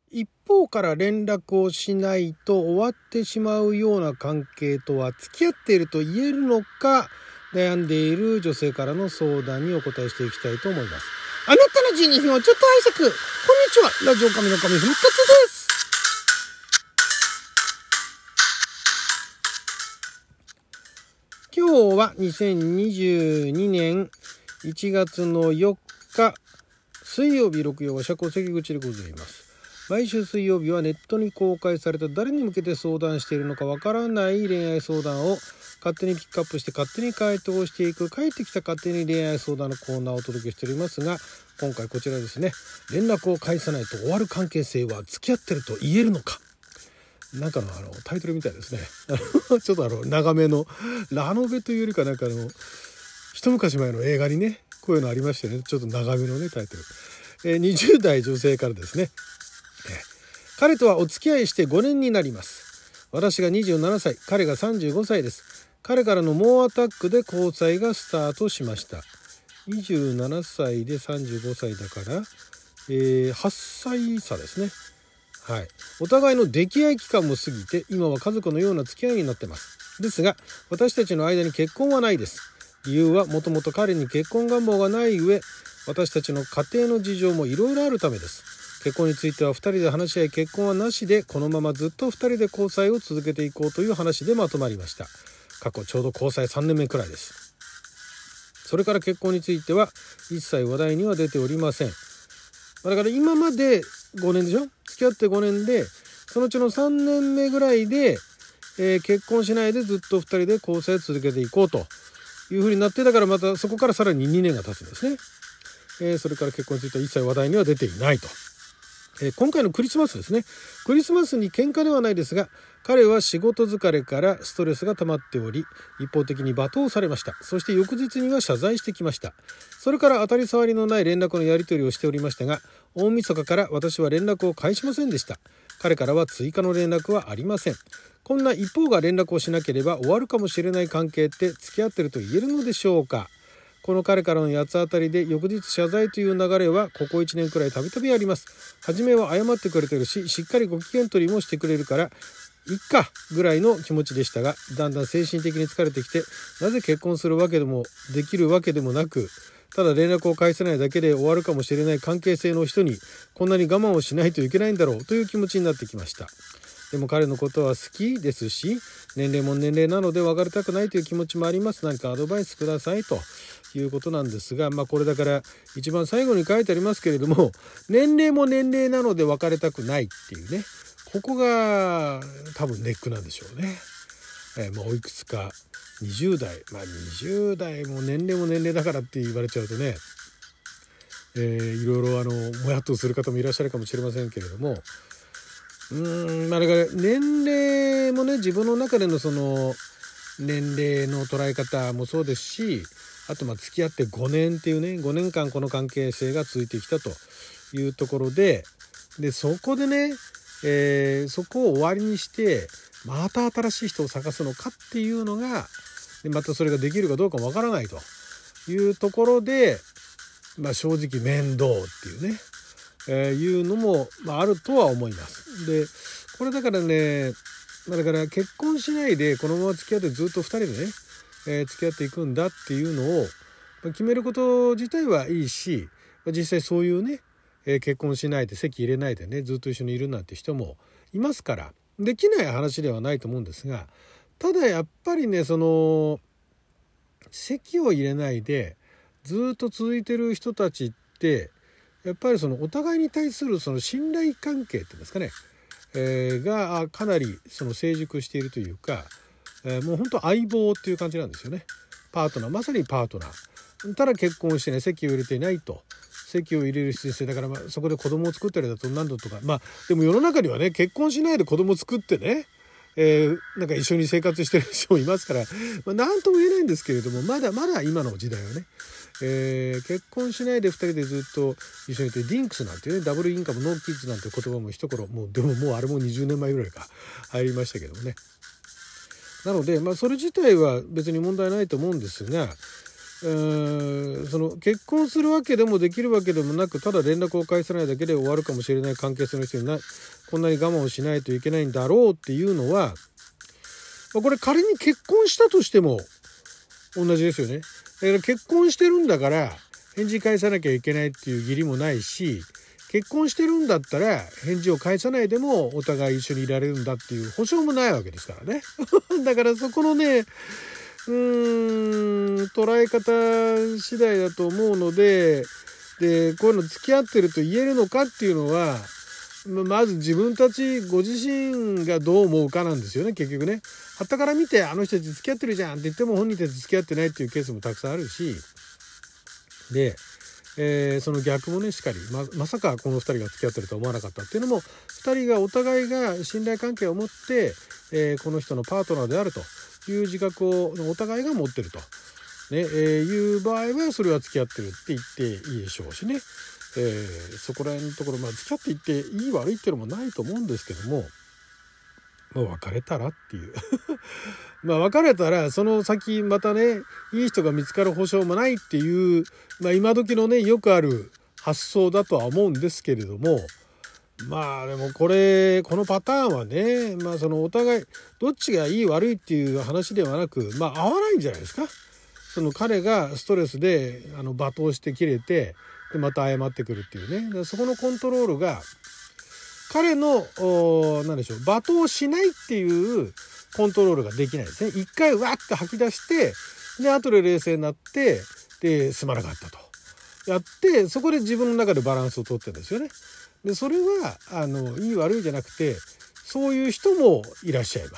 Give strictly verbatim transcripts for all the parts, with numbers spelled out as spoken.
一方から連絡をしないと終わってしまうような関係とは付き合っていると言えるのか、悩んでいる女性からの相談にお答えしていきたいと思います。あなたのじゅうにふんをちょっと拝借。こんにちは、ラジオ神の神復活です。今日はにせんにじゅうにねんいちがつのよっか水曜日、六曜は社交関口でございます。毎週水曜日はネットに公開された誰に向けて相談しているのかわからない恋愛相談を勝手にピックアップして勝手に回答していく、帰ってきた勝手に恋愛相談のコーナーをお届けしておりますが、今回こちらですね。連絡を返さないと終わる関係性は付き合ってると言えるのか。なんかのあのタイトルみたいですね。ちょっとあの長めのラノベというよりかなんかあの一昔前の映画にねこういうのありましてね、ちょっと長めのねタイトル、えー、にじゅう代女性からですね、えー、彼とはお付き合いしてごねんになります。私がにじゅうななさい、彼がさんじゅうごさいです。彼からの猛アタックで交際がスタートしました。にじゅうななさいでさんじゅうごさいだから、えー、はっさい差ですね。はい、お互いの溺愛期間も過ぎて今は家族のような付き合いになってます。ですが私たちの間に結婚はないです。理由はもともと彼に結婚願望がない上、私たちの家庭の事情もいろいろあるためです。結婚についてはふたりで話し合い、結婚はなしでこのままずっとふたりで交際を続けていこうという話でまとまりました。過去ちょうど交際さんねんめくらいです。それから結婚については一切話題には出ておりません。だから今までごねんでしょ、付き合ってごねんで、そのうちのさんねんめぐらいで、えー、結婚しないでずっとふたりで交際を続けていこうというふうになって、だからまたそこからさらににねんが経つんですね。えー、それから結婚については一切話題には出ていないと。えー、今回のクリスマスですね。クリスマスに喧嘩ではないですが、彼は仕事疲れからストレスが溜まっており、一方的に罵倒されました。そして翌日には謝罪してきました。それから当たり障りのない連絡のやり取りをしておりましたが、大晦日から私は連絡を返しませんでした。彼からは追加の連絡はありません。こんな一方が連絡をしなければ終わるかもしれない関係って付き合ってると言えるのでしょうか。この彼からの八つ当たりで翌日謝罪という流れはここいちねんくらいたびたびあります。初めは謝ってくれてるし、しっかりご機嫌取りもしてくれるからいっかぐらいの気持ちでしたが、だんだん精神的に疲れてきて、なぜ結婚するわけでもできるわけでもなく、ただ連絡を返せないだけで終わるかもしれない関係性の人にこんなに我慢をしないといけないんだろうという気持ちになってきました。でも彼のことは好きですし、年齢も年齢なので別れたくないという気持ちもあります。何かアドバイスくださいということなんですが、まあこれだから一番最後に書いてありますけれども、年齢も年齢なので別れたくないっていうね、ここが多分ネックなんでしょうね。えー、まあおいくつかにじゅう代、まあにじゅう代も年齢も年齢だからって言われちゃうとね、えー、いろいろあのもやっとする方もいらっしゃるかもしれませんけれども、うーん、まあだから年齢もね、自分の中でのその年齢の捉え方もそうですし、あとまあ付き合ってごねんっていうね、ごねんかんこの関係性が続いてきたというところで、でそこでね、えー、そこを終わりにしてまた新しい人を探すのかっていうのが、でまたそれができるかどうかもわからないというところで、まあ、正直面倒っていうね、えー、いうのも、まあ、あるとは思います。でこれだからね、まあ、だから結婚しないでこのまま付き合ってずっとふたりでね、えー、付き合っていくんだっていうのを決めること自体はいいし、実際そういうね、えー、結婚しないで籍入れないでねずっと一緒にいるなんて人もいますから、できない話ではないと思うんですが、ただやっぱりね、その籍を入れないでずっと続いてる人たちってやっぱりそのお互いに対するその信頼関係っていうんですかね、えー、がかなりその成熟しているというか、えー、もう本当相棒っていう感じなんですよね。パートナー、まさにパートナー。ただ結婚してね籍を入れていないと。籍を入れる必要性だから、まあ、そこで子供を作ったりだと何度とか、まあでも世の中にはね結婚しないで子供を作ってね、えー、なんか一緒に生活してる人もいますから、まあ、何とも言えないんですけれども、まだまだ今の時代はね、えー、結婚しないでふたりでずっと一緒にいて、ディンクスなんてね、ダブルインカムノーキッズなんて言葉も一頃、もうでももうあれもにじゅうねんまえぐらいか入りましたけどもね。なので、まあ、それ自体は別に問題ないと思うんですが、 うーんその結婚するわけでもできるわけでもなく、ただ連絡を返さないだけで終わるかもしれない関係性の人になこんなに我慢をしないといけないんだろうっていうのは、これ仮に結婚したとしても同じですよね。だから結婚してるんだから返事返さなきゃいけないっていう義理もないし、結婚してるんだったら返事を返さないでもお互い一緒にいられるんだっていう保証もないわけですからねだからそこのねうーん捉え方次第だと思うので、でこういうの付き合ってると言えるのかっていうのは、まず自分たちご自身がどう思うかなんですよね。結局ね、傍から見てあの人たち付き合ってるじゃんって言っても本人たち付き合ってないっていうケースもたくさんあるし、で、えー、その逆もねしっかり ま, まさかこのふたりが付き合ってるとは思わなかったっていうのも、ふたりがお互いが信頼関係を持って、えー、この人のパートナーであるという自覚をお互いが持ってると、ねえー、いう場合はそれは付き合ってるって言っていいでしょうしね、えー、そこら辺のところ、まあ、付き合っていっていい悪いっていうのもないと思うんですけども、まあ、別れたらっていうまあ別れたらその先またねいい人が見つかる保証もないっていう、まあ、今時のねよくある発想だとは思うんですけれども、まあでもこれこのパターンはね、まあそのお互いどっちがいい悪いっていう話ではなく、まあ合わないんじゃないですか。その彼がストレスであの罵倒して切れてでまた謝ってくるっていうね、そこのコントロールが彼の何でしょう罵倒しないっていうコントロールができないですね。一回わって吐き出してで後で冷静になってですまなかったとやってそこで自分の中でバランスを取ってるんですよね。でそれはあのいい悪いじゃなくてそういう人もいらっしゃいます。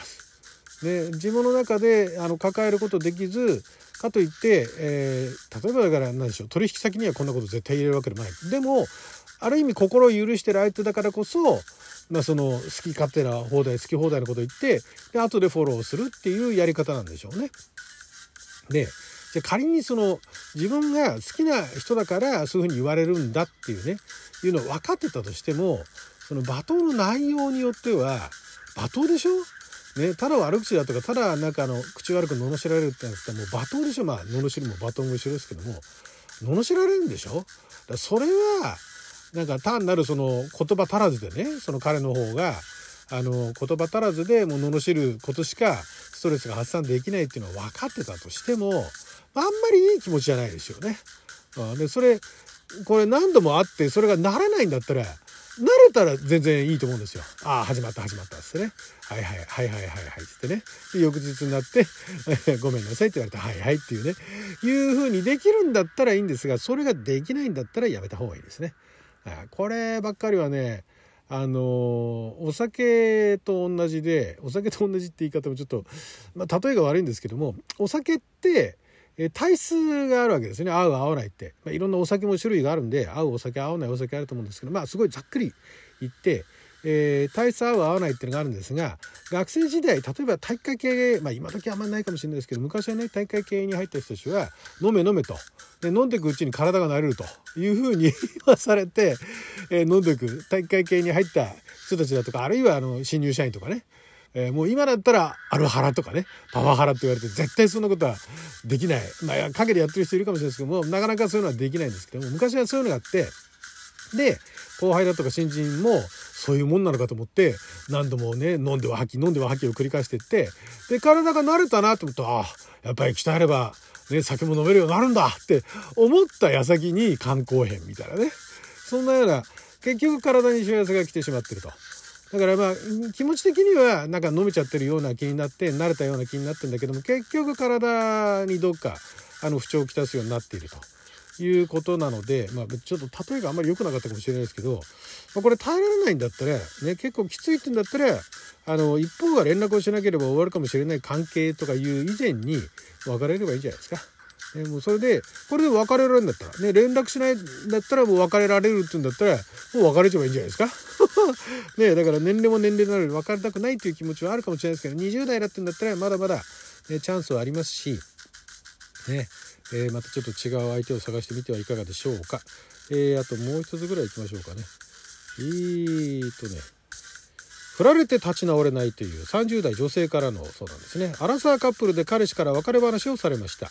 で自分の中であの抱えることできずかといって、えー、例えばだから何でしょう取引先にはこんなこと絶対入れるわけでもない。でもある意味心を許してる相手だからこそ、まあ、その好き勝手な放題好き放題のことを言ってで後でフォローするっていうやり方なんでしょうね。でじゃ仮にその自分が好きな人だからそういうふうに言われるんだっていうねいうのを分かってたとしても、その罵倒の内容によっては罵倒でしょ、ね、ただ悪口だとかただなんかあの口悪く罵られるってなったらもう罵倒でしょ。まあ罵りも罵倒も一緒ですけども罵られるんでしょ。だからそれはなんか単なるその言葉足らずでねその彼の方があの言葉足らずでもう罵ることしかストレスが発散できないっていうのは分かってたとしても、あんまりいい気持ちじゃないですよね。でそれこれ何度もあってそれがならないんだったら慣れたら全然いいと思うんですよ。ああ始まった始まったっつってねはいはいはいはいはいはいっつってねで翌日になってごめんなさいって言われてはいはいっていうねいう風にできるんだったらいいんですが、それができないんだったらやめた方がいいですね。こればっかりはねあのお酒と同じで、お酒と同じって言い方もちょっと、まあ、例えが悪いんですけども、お酒って体質があるわけですね。合う合わないって、まあ、いろんなお酒も種類があるんで合うお酒合わないお酒あると思うんですけど、まあすごいざっくり言って、えー、体質合う合わないっていうのがあるんですが、学生時代例えば体育会系、まあ今時あんまりないかもしれないですけど昔はね体育会系に入った人たちは飲め飲めとで飲んでいくうちに体が慣れるというふうに言わされて、えー、飲んでいく体育会系に入った人たちだとか、あるいはあの新入社員とかね、えー、もう今だったらアルハラとかねパワハラって言われて絶対そんなことはできない、まあ陰でやってる人いるかもしれないですけどもなかなかそういうのはできないんですけども、昔はそういうのがあってで後輩だとか新人もそういうもんなのかと思って何度もね飲んでは吐き飲んでは吐きを繰り返していってで体が慣れたなと思ったら、あやっぱり鍛えれば、ね、酒も飲めるようになるんだって思った矢先に肝硬変みたいなね、そんなような結局体にしわ寄せが来てしまってると。だからまあ気持ち的にはなんか飲めちゃってるような気になって慣れたような気になってるんだけども、結局体にどっかあの不調をきたすようになっているということなので、まあ、ちょっと例えがあんまり良くなかったかもしれないですけど、まあ、これ耐えられないんだったら、ね、結構きついってんだったらあの一方が連絡をしなければ終わるかもしれない関係とかいう以前に別れればいいんじゃないですか。ね、もうそれでこれで別れられるんだったら、ね、連絡しないんだったらもう別れられるって言うんだったらもう別れちゃえばいいんじゃないですか。ね、だから年齢も年齢なので別れたくないという気持ちはあるかもしれないですけど、にじゅう代だってんだったらまだまだ、ね、チャンスはありますし、ねえー、またちょっと違う相手を探してみてはいかがでしょうか。えー、あともう一つぐらい行きましょうかね。えーっとね振られて立ち直れないというさんじゅう代女性からの相談ですね。アラサーカップルで彼氏から別れ話をされました。好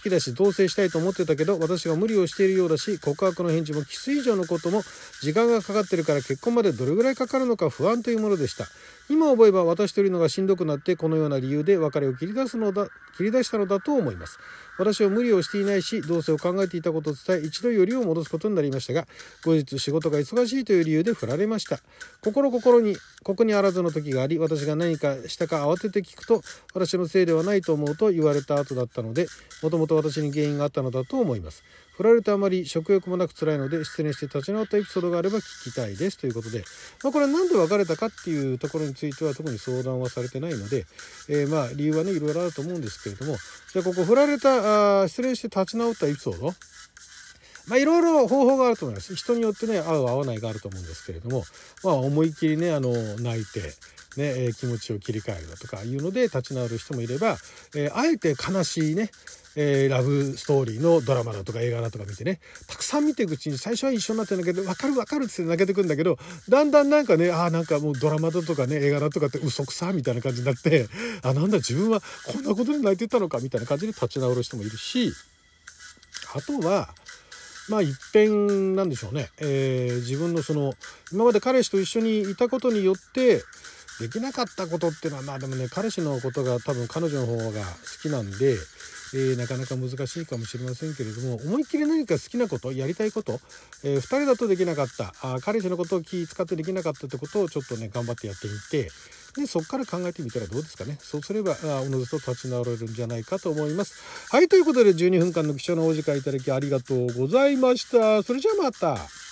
好きだし同棲したいと思ってたけど、私が無理をしているようだし、告白の返事もキス以上のことも時間がかかってるから、結婚までどれぐらいかかるのか不安というものでした。今思えば私といるのがしんどくなってこのような理由で別れを切り出すのだ切り出したのだと思います。私は無理をしていないし、同棲を考えていたことを伝え、一度よりを戻すことになりましたが、後日仕事が忙しいという理由で振られました。心心にここにあらずの時があり、私が何かしたか慌てて聞くと、私のせいではないと思うと言われた後だったので、もともと私に原因があったのだと思います。振られてあまり食欲もなく辛いので、失恋して立ち直ったエピソードがあれば聞きたいですということで、まあ、これは何で別れたかっていうところについては特に相談はされてないので、えー、まあ理由はねいろいろあると思うんですけれども、じゃあここ振られたあ失恋して立ち直ったエピソード、まあいろいろ方法があると思います。人によってね合う合わないがあると思うんですけれども、まあ思いっきりねあの泣いてね、えー、気持ちを切り替えるだとかいうので立ち直る人もいれば、えー、あえて悲しいね、えー、ラブストーリーのドラマだとか映画だとか見てね、たくさん見ていくうちに最初は一緒になってるんだけど、分かる分かるって泣けてくるんだけど、だんだんなんかね、あーなんかもうドラマだとかね映画だとかって嘘くさみたいな感じになって、あなんだ自分はこんなことで泣いてたのかみたいな感じで立ち直る人もいるし、あとはまあ一変なんでしょうね、えー、自分のその今まで彼氏と一緒にいたことによってできなかったことっていうのは、まあでもね彼氏のことが多分彼女の方が好きなんで、えー、なかなか難しいかもしれませんけれども、思いっきり何か好きなことやりたいこと、えー、ふたりだとできなかった、あ彼氏のことを気使ってできなかったってことをちょっとね頑張ってやってみて、でそこから考えてみたらどうですかね。そうすればおのずと立ち直れるんじゃないかと思います。はい、ということでじゅうにふんかんの貴重なお時間いただきありがとうございました。それじゃあまた。